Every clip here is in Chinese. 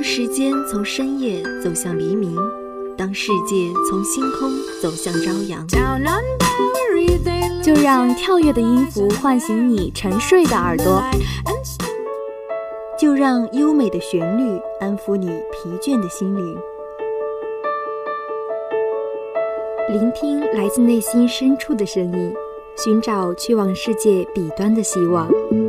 时间从深夜走向黎明，当世界从星空走向朝阳， 就让跳跃的音符唤醒你沉睡的耳朵， 就让优美的旋律安抚你疲倦的心灵。 聆听来自内心深处的声音，寻找去往世界彼端的希望。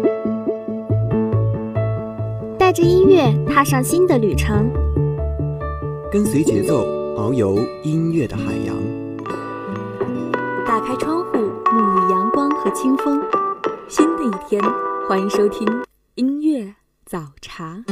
带着音乐踏上新的旅程， 跟随节奏遨游音乐的海洋。 打开窗户，沐浴阳光和清风。新的一天，欢迎收听音乐早茶。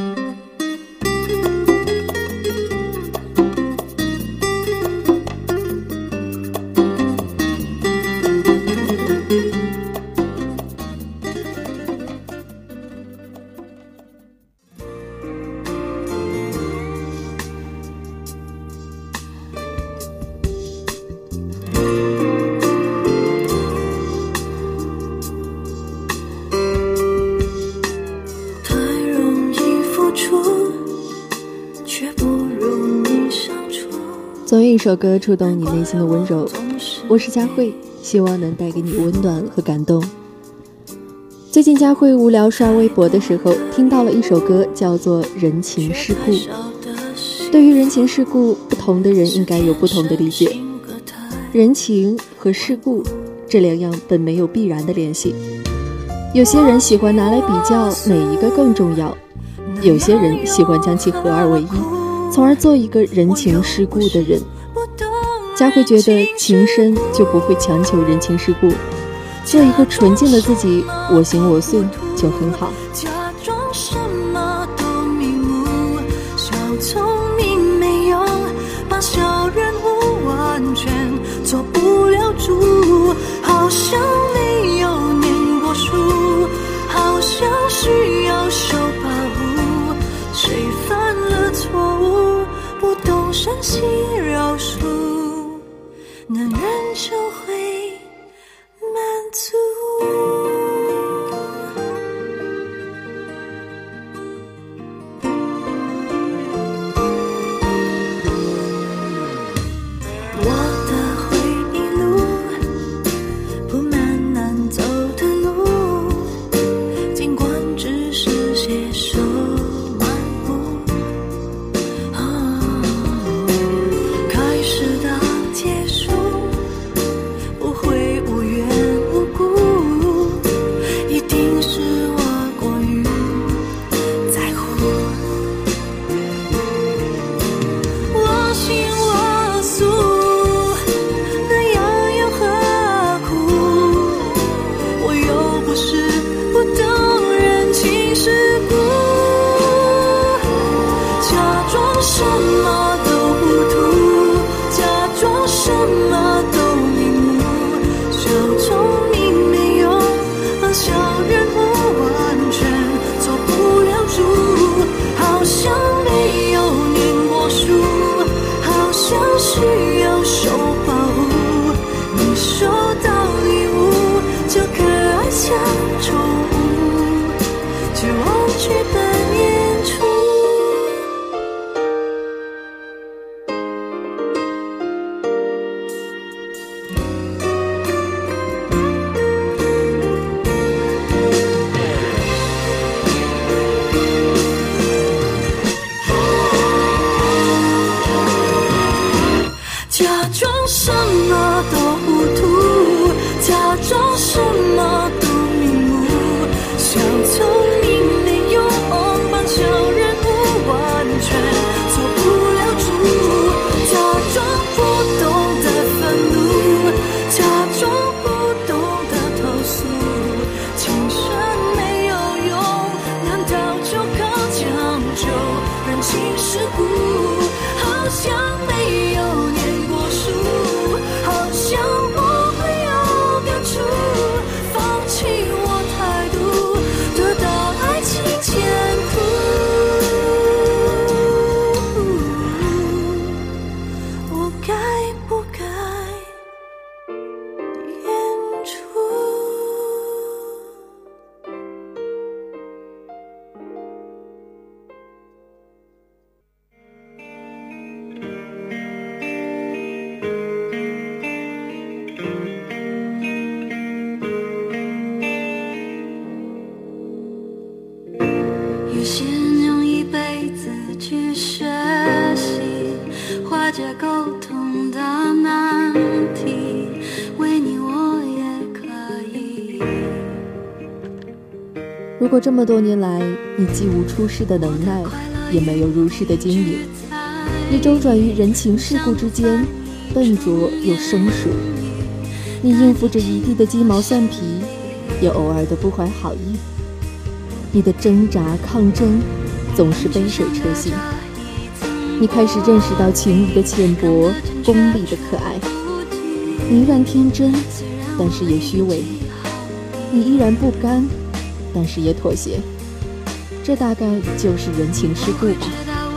总有一首歌触动你内心的温柔。我是佳慧，希望能带给你温暖和感动。最近佳慧无聊刷微博的时候，听到了一首歌，叫做《人情世故》。对于人情世故，不同的人应该有不同的理解。人情和世故这两样本没有必然的联系。有些人喜欢拿来比较哪一个更重要，有些人喜欢将其合二为一，从而做一个人情世故的人。佳慧觉得情深就不会强求人情世故，做一个纯净的自己，我行我素就很好。 假装什么都迷目，小聪明没用，把小人物完全做不了主，好像没有念过书，好像需要受保护，谁犯了错误，不懂深细饶恕，男人就会满足。我的回忆录布满难走的路，尽管只是写手漫步，开始到结束不会无缘无故，一定是我过于在乎，我行我素，那样又何苦？我又不是不懂人情世故，假装什么都糊涂，假装什么都迷目，小聪明没用，小人物完全做不了主，好像没有念过书，好像需要受保护，你收到礼物就可爱像宠物，却忘记扮演出。假装什么都糊涂，假装什么都迷目，小聪明没用，把有些人用一辈子去学习化解沟通的难题，为你我也可以。 如果这么多年来你既无出世的能耐，也没有入世的经营，你周转于人情世故之间，笨拙又生疏，你应付着一地的鸡毛蒜皮，也偶尔的不怀好意，你的挣扎抗争总是杯水车薪。你开始认识到情谊的浅薄，功利的可爱，你依然天真，但是也虚伪，你依然不甘，但是也妥协，这大概就是人情世故吧。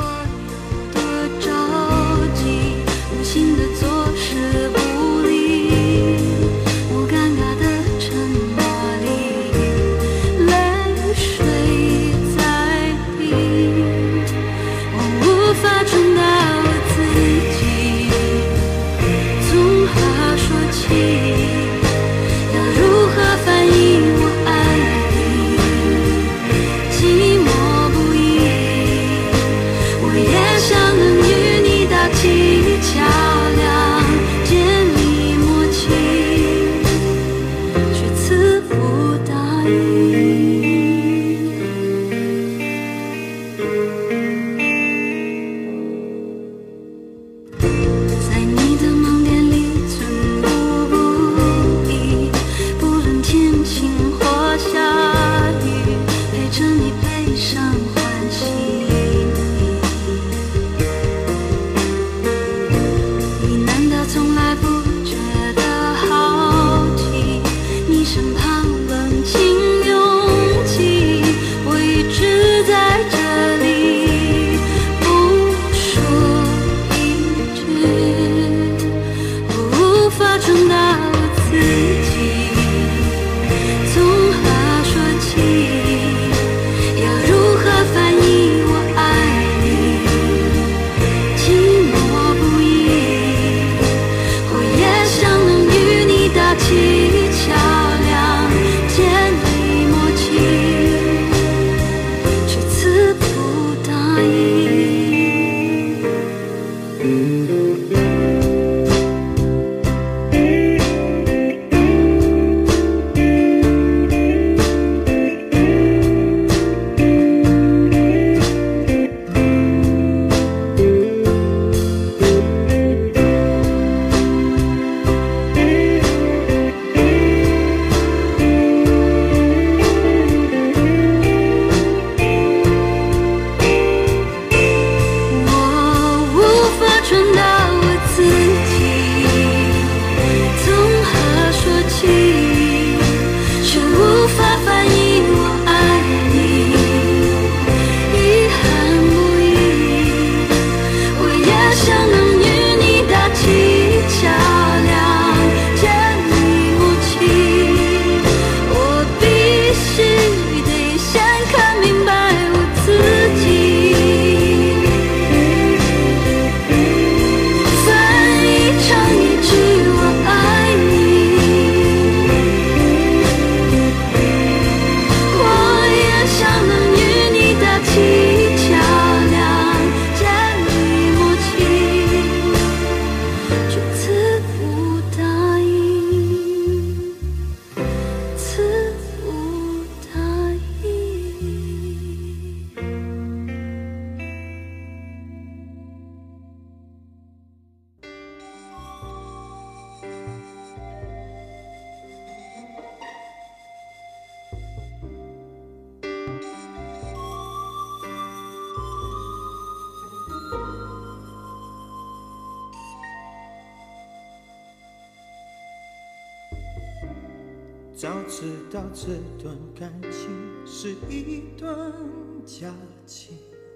早知道这段感情是一段假期，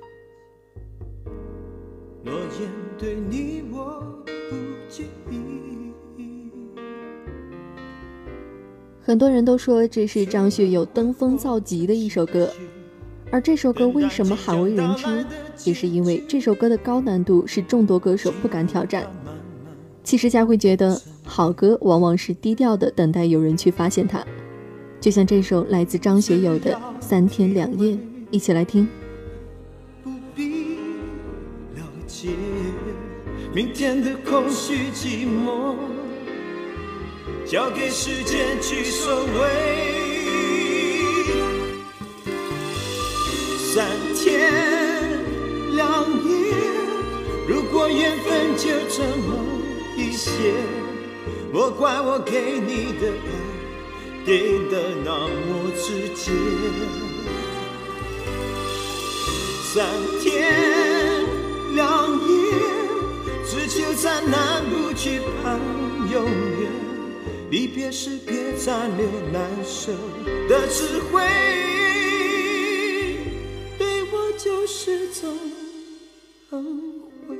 诺言对你我不介意。 很多人都说这是张学友登峰造极的一首歌，而这首歌为什么罕为人知，也是因为这首歌的高难度是众多歌手不敢挑战。其实佳慧觉得好歌往往是低调的等待有人去发现它，就像这首来自张学友的《3天2夜》。 一起来听。 不必了解明天的空虚寂寞，交给时间去收尾。3天2夜，如果缘分就这么一些，莫怪我给你的爱给的那么直接。3天2夜，只求在南部去盼永远，离别时别暂留难舍的智慧，对我就是种恩惠。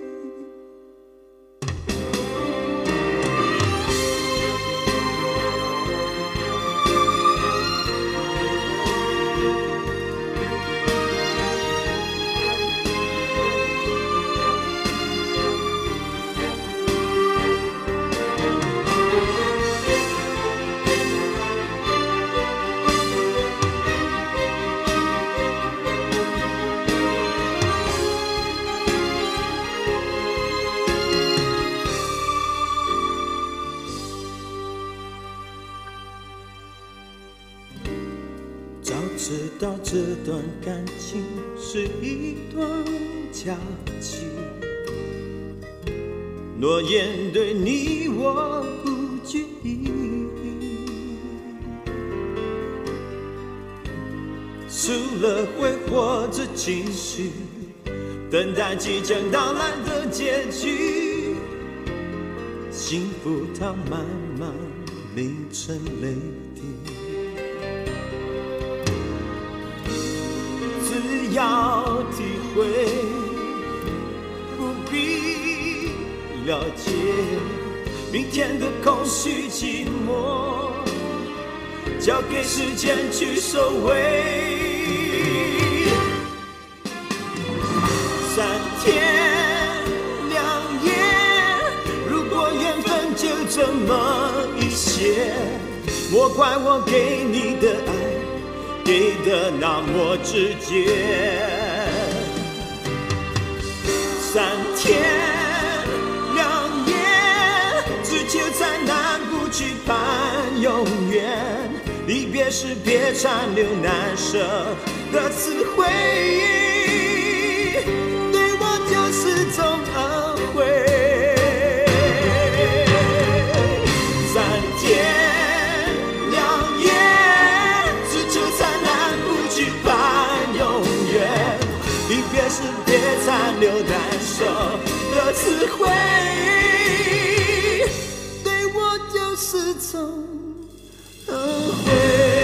早知道这段感情是一段假期，诺言对你我不具意义，输了挥霍着情绪，等待即将到来的结局，幸福它慢慢淋成泪滴。只要体会，不必了解明天的空虚寂寞，交给时间去收尾。3天2夜，如果缘分就这么一些，莫怪我给你的爱给的那么直接。3天2夜，只求在南部去盼永远，离别时别残留难舍的词汇，对我就是种恩惠。3天是别残留难舍的词汇，对我就是种恩惠。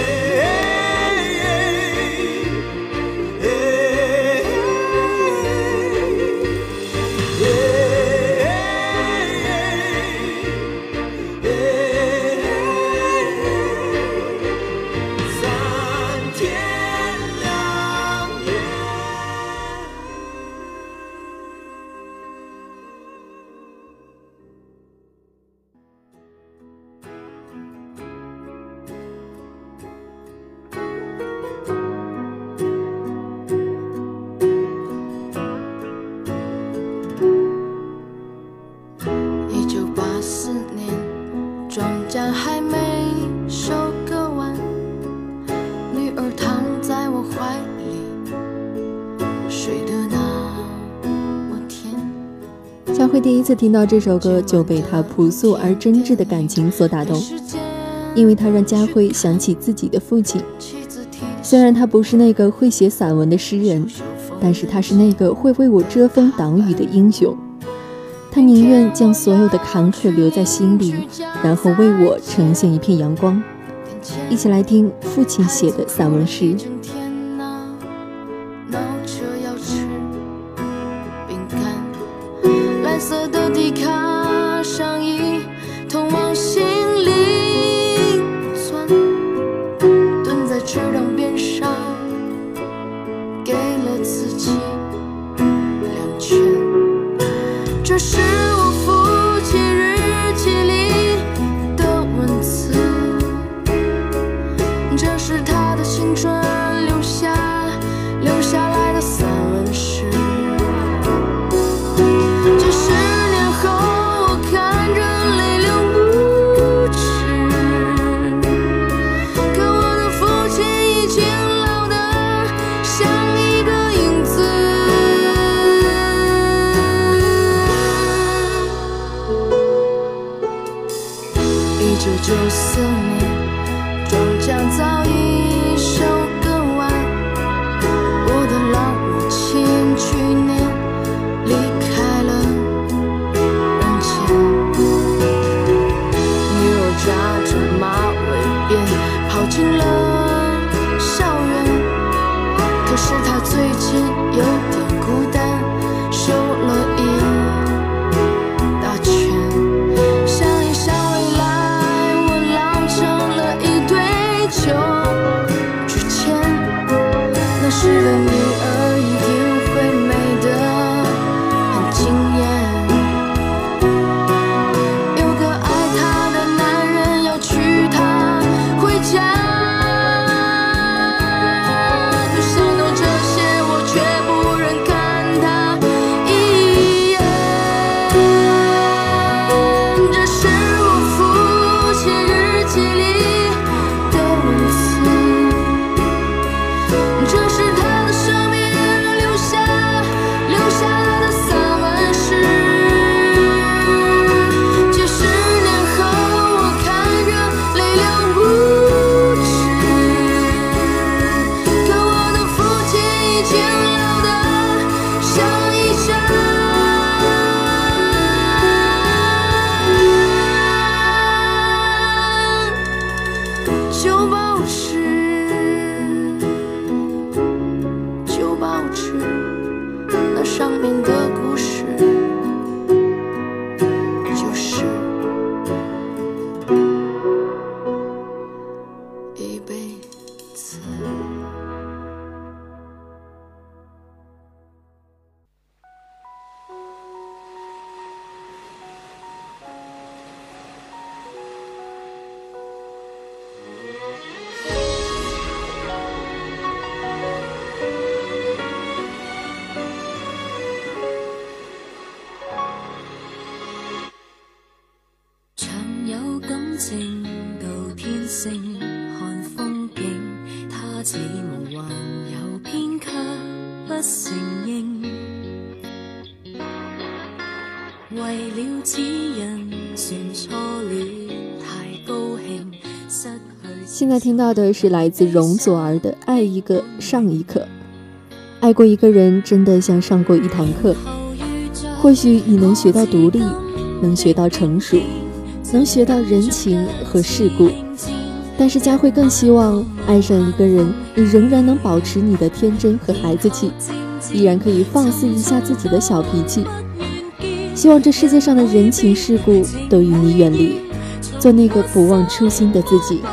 佳慧第一次听到这首歌就被他朴素而真挚的感情所打动，因为他让佳慧想起自己的父亲。虽然他不是那个会写散文的诗人，但是他是那个会为我遮风挡雨的英雄。他宁愿将所有的坎坷留在心里，然后为我呈现一片阳光。一起来听父亲写的散文诗。 蓝色的迪卡上衣，通往心灵钻，蹲在池塘边上，给了自己2拳。这是我父亲日记里的文字，这是他的青春留下可是他最近有点孤单，瘦了一大圈。想一想未来，我老成了一堆旧纸钱。那时的女儿一定会美得很惊艳。有个爱她的男人要娶她回家。 现在听到的是来自容祖儿的《爱一个上一课》。爱过一个人真的像上过一堂课，或许你能学到独立，能学到成熟，能学到人情和世故，但是佳慧更希望爱上一个人，你仍然能保持你的天真和孩子气，依然可以放肆一下自己的小脾气。希望这世界上的人情世故都与你远离，做那个不忘初心的自己。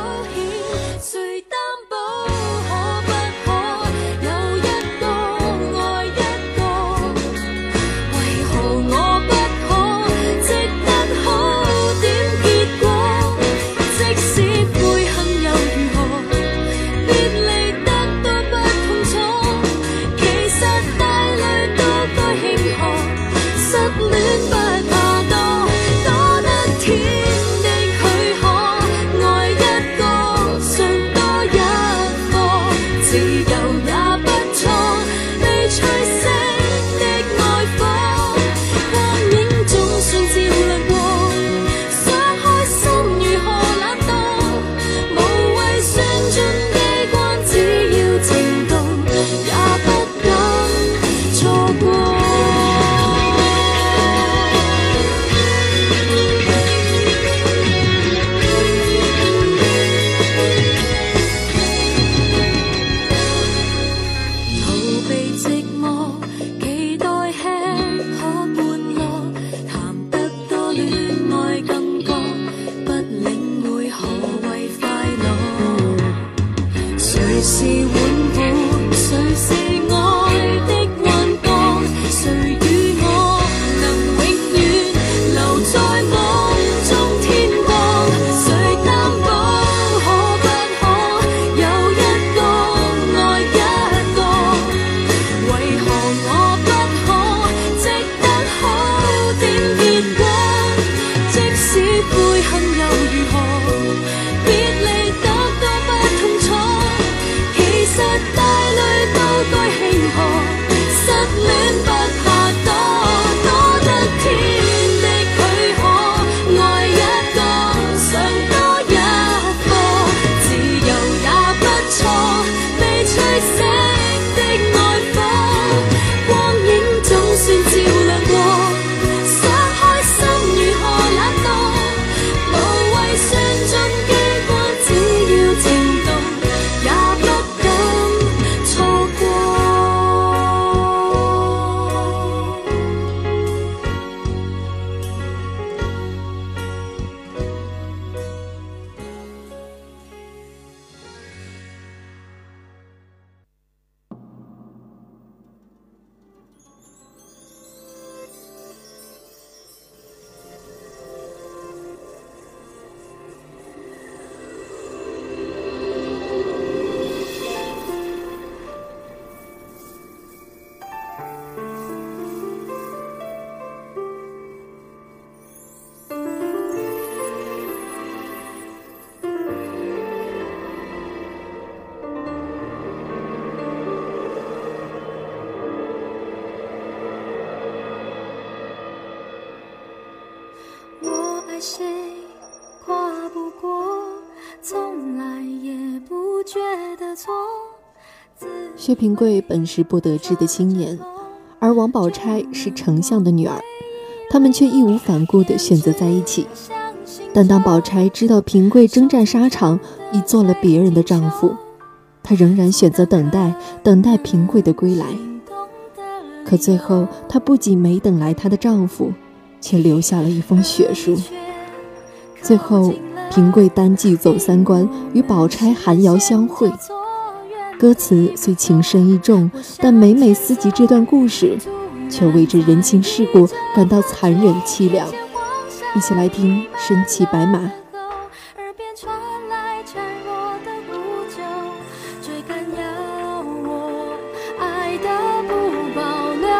谁跨不过，从来也不觉得错。 薛平贵本是不得志的青年，而王宝钗是丞相的女儿，他们却义无反顾地选择在一起。但当宝钗知道平贵征战沙场，已做了别人的丈夫，她仍然选择等待平贵的归来。可最后她不仅没等来她的丈夫，却留下了一封血书。最后平贵单骑走三关，与宝钗寒窑相会。歌词虽情深意重，但每每思及这段故事，却为之人情世故感到残忍凄凉。一起来听《身骑白马》。 耳边传来孱弱的呼救，追赶要我爱的不保留。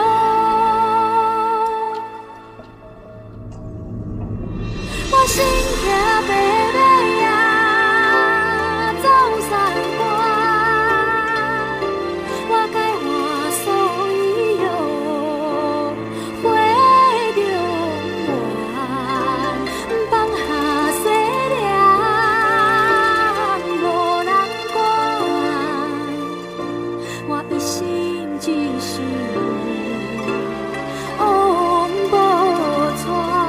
我心跳贝贝呀，走三关，我该我所以有会着我放下西凉无人管，我一心只想往无传。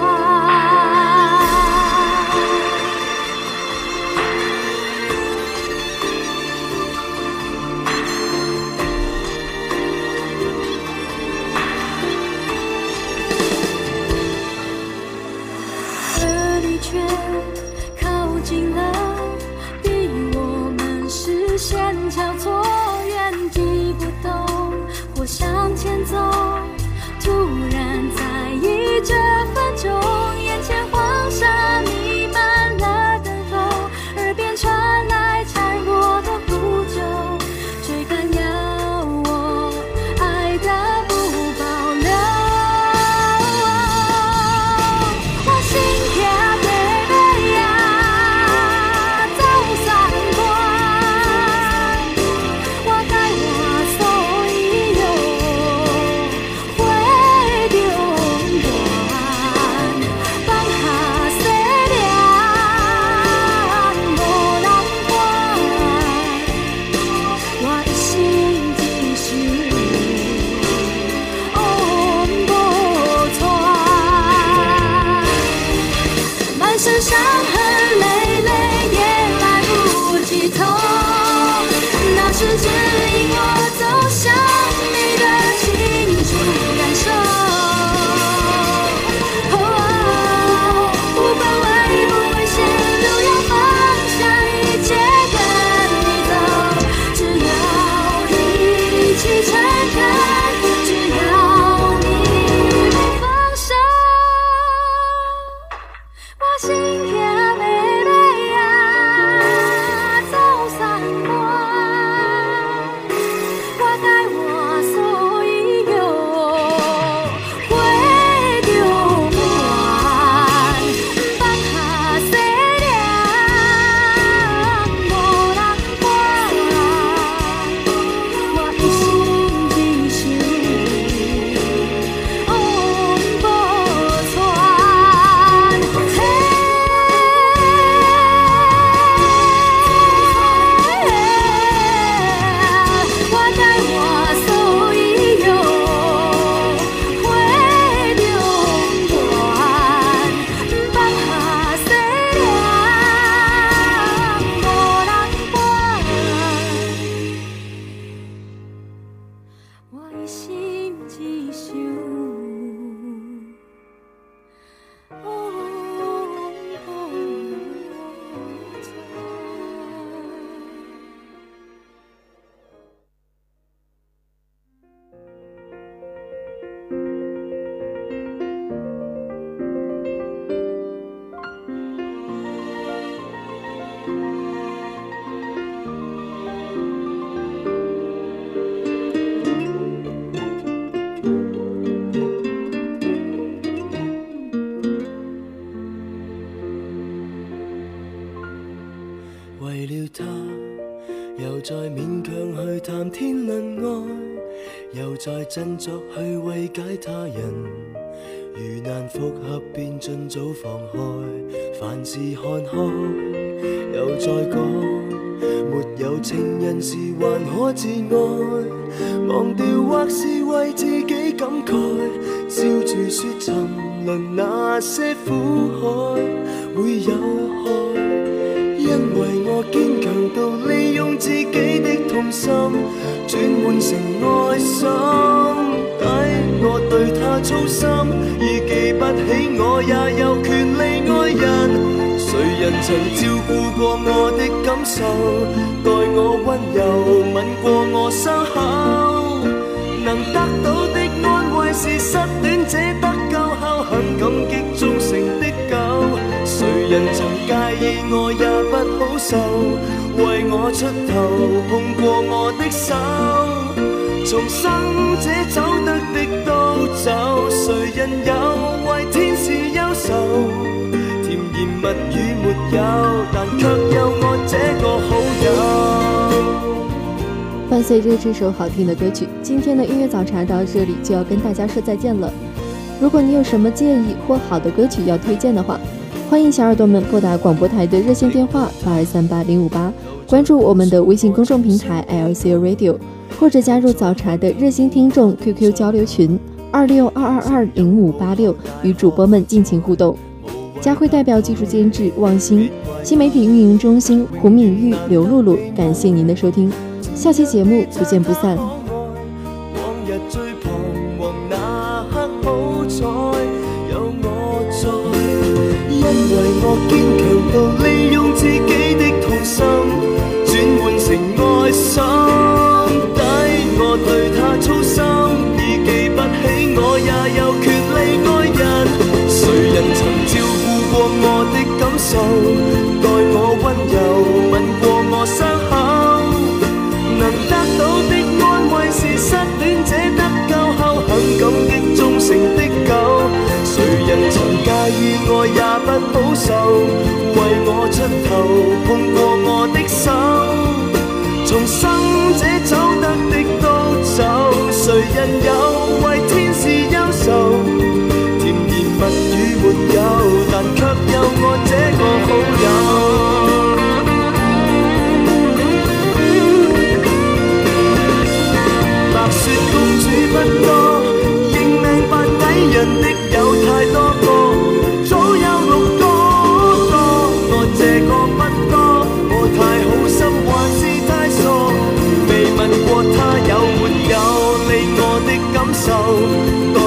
这里却靠近了，比我们视线交错，原地不动或向前走。突然在意这分钟，眼前黄沙弥漫了等候，耳边传来孱弱的呼救，追赶要我爱的不保留。我心跳贝贝呀，走三关，我该我所以有会着我放下西凉无人管，我一心只想往无传。满身伤痕累累也来不及痛，那是指引我走向你的清楚感受。不管危不危险，都要放下一切跟你走。只要你一起诚恳，只要你不放手。我心跳贝贝呀，走三关，我该我所以有会着我放下西凉无人管，我一心只想往无传。我该我所以有会着我放下西凉无人管，我一心只想往无传。 为了他，又再勉强去谈天论爱，又再振作去慰解他人。 如難復合便盡早放開，凡事看開，又再講，沒有情人時還可自愛，忘掉或是為自己感慨，笑住說沉淪那些苦海會有害，因為我堅強到利用自己的痛心轉換成愛心，抵我對他操心，已記不起我也有權利愛人。誰人曾照顧過我的感受，待我溫柔吻過我傷口，能得到的安慰是失戀者得救後很感激忠誠的狗。誰人曾介意我也不好受，為我出頭碰過我的手，重生者走得的都走，誰人有為天使憂愁？甜言蜜語沒有，但卻有我這個好友。 伴随着这首好听的歌曲，今天的音乐早茶到这里就要跟大家说再见了。如果你有什么建议或好的歌曲要推荐的话，欢迎小耳朵们拨打广播台的热线电话8238-058，关注我们的微信公众平台 LCU Radio， 或者加入早茶的热心听众 QQ 交流群262220586，与主播们尽情互动。佳慧代表技术监制望星，新媒体运营中心胡敏玉、刘露露，感谢您的收聽，下期節目不見不散。 往日最彷徨那刻好彩有我在，因為我堅強到利用自己的痛心轉換成愛心，抵我對他操心，已記不起我也有權利愛人。誰人曾照顧過我的感受，待我溫柔吻過我傷口，能得到的安慰是失戀者得救後很感激忠誠的狗。誰人曾介意我也不好受，為我出頭碰過我的手，重生者走得的都走，誰人有為天使憂愁？甜言蜜語沒有，但卻有我這個好友。白雪公主不多，認命扮矮人的有太多個，早有6個，我這個不多，我太好心還是太傻，未問過他有沒有理我的感受。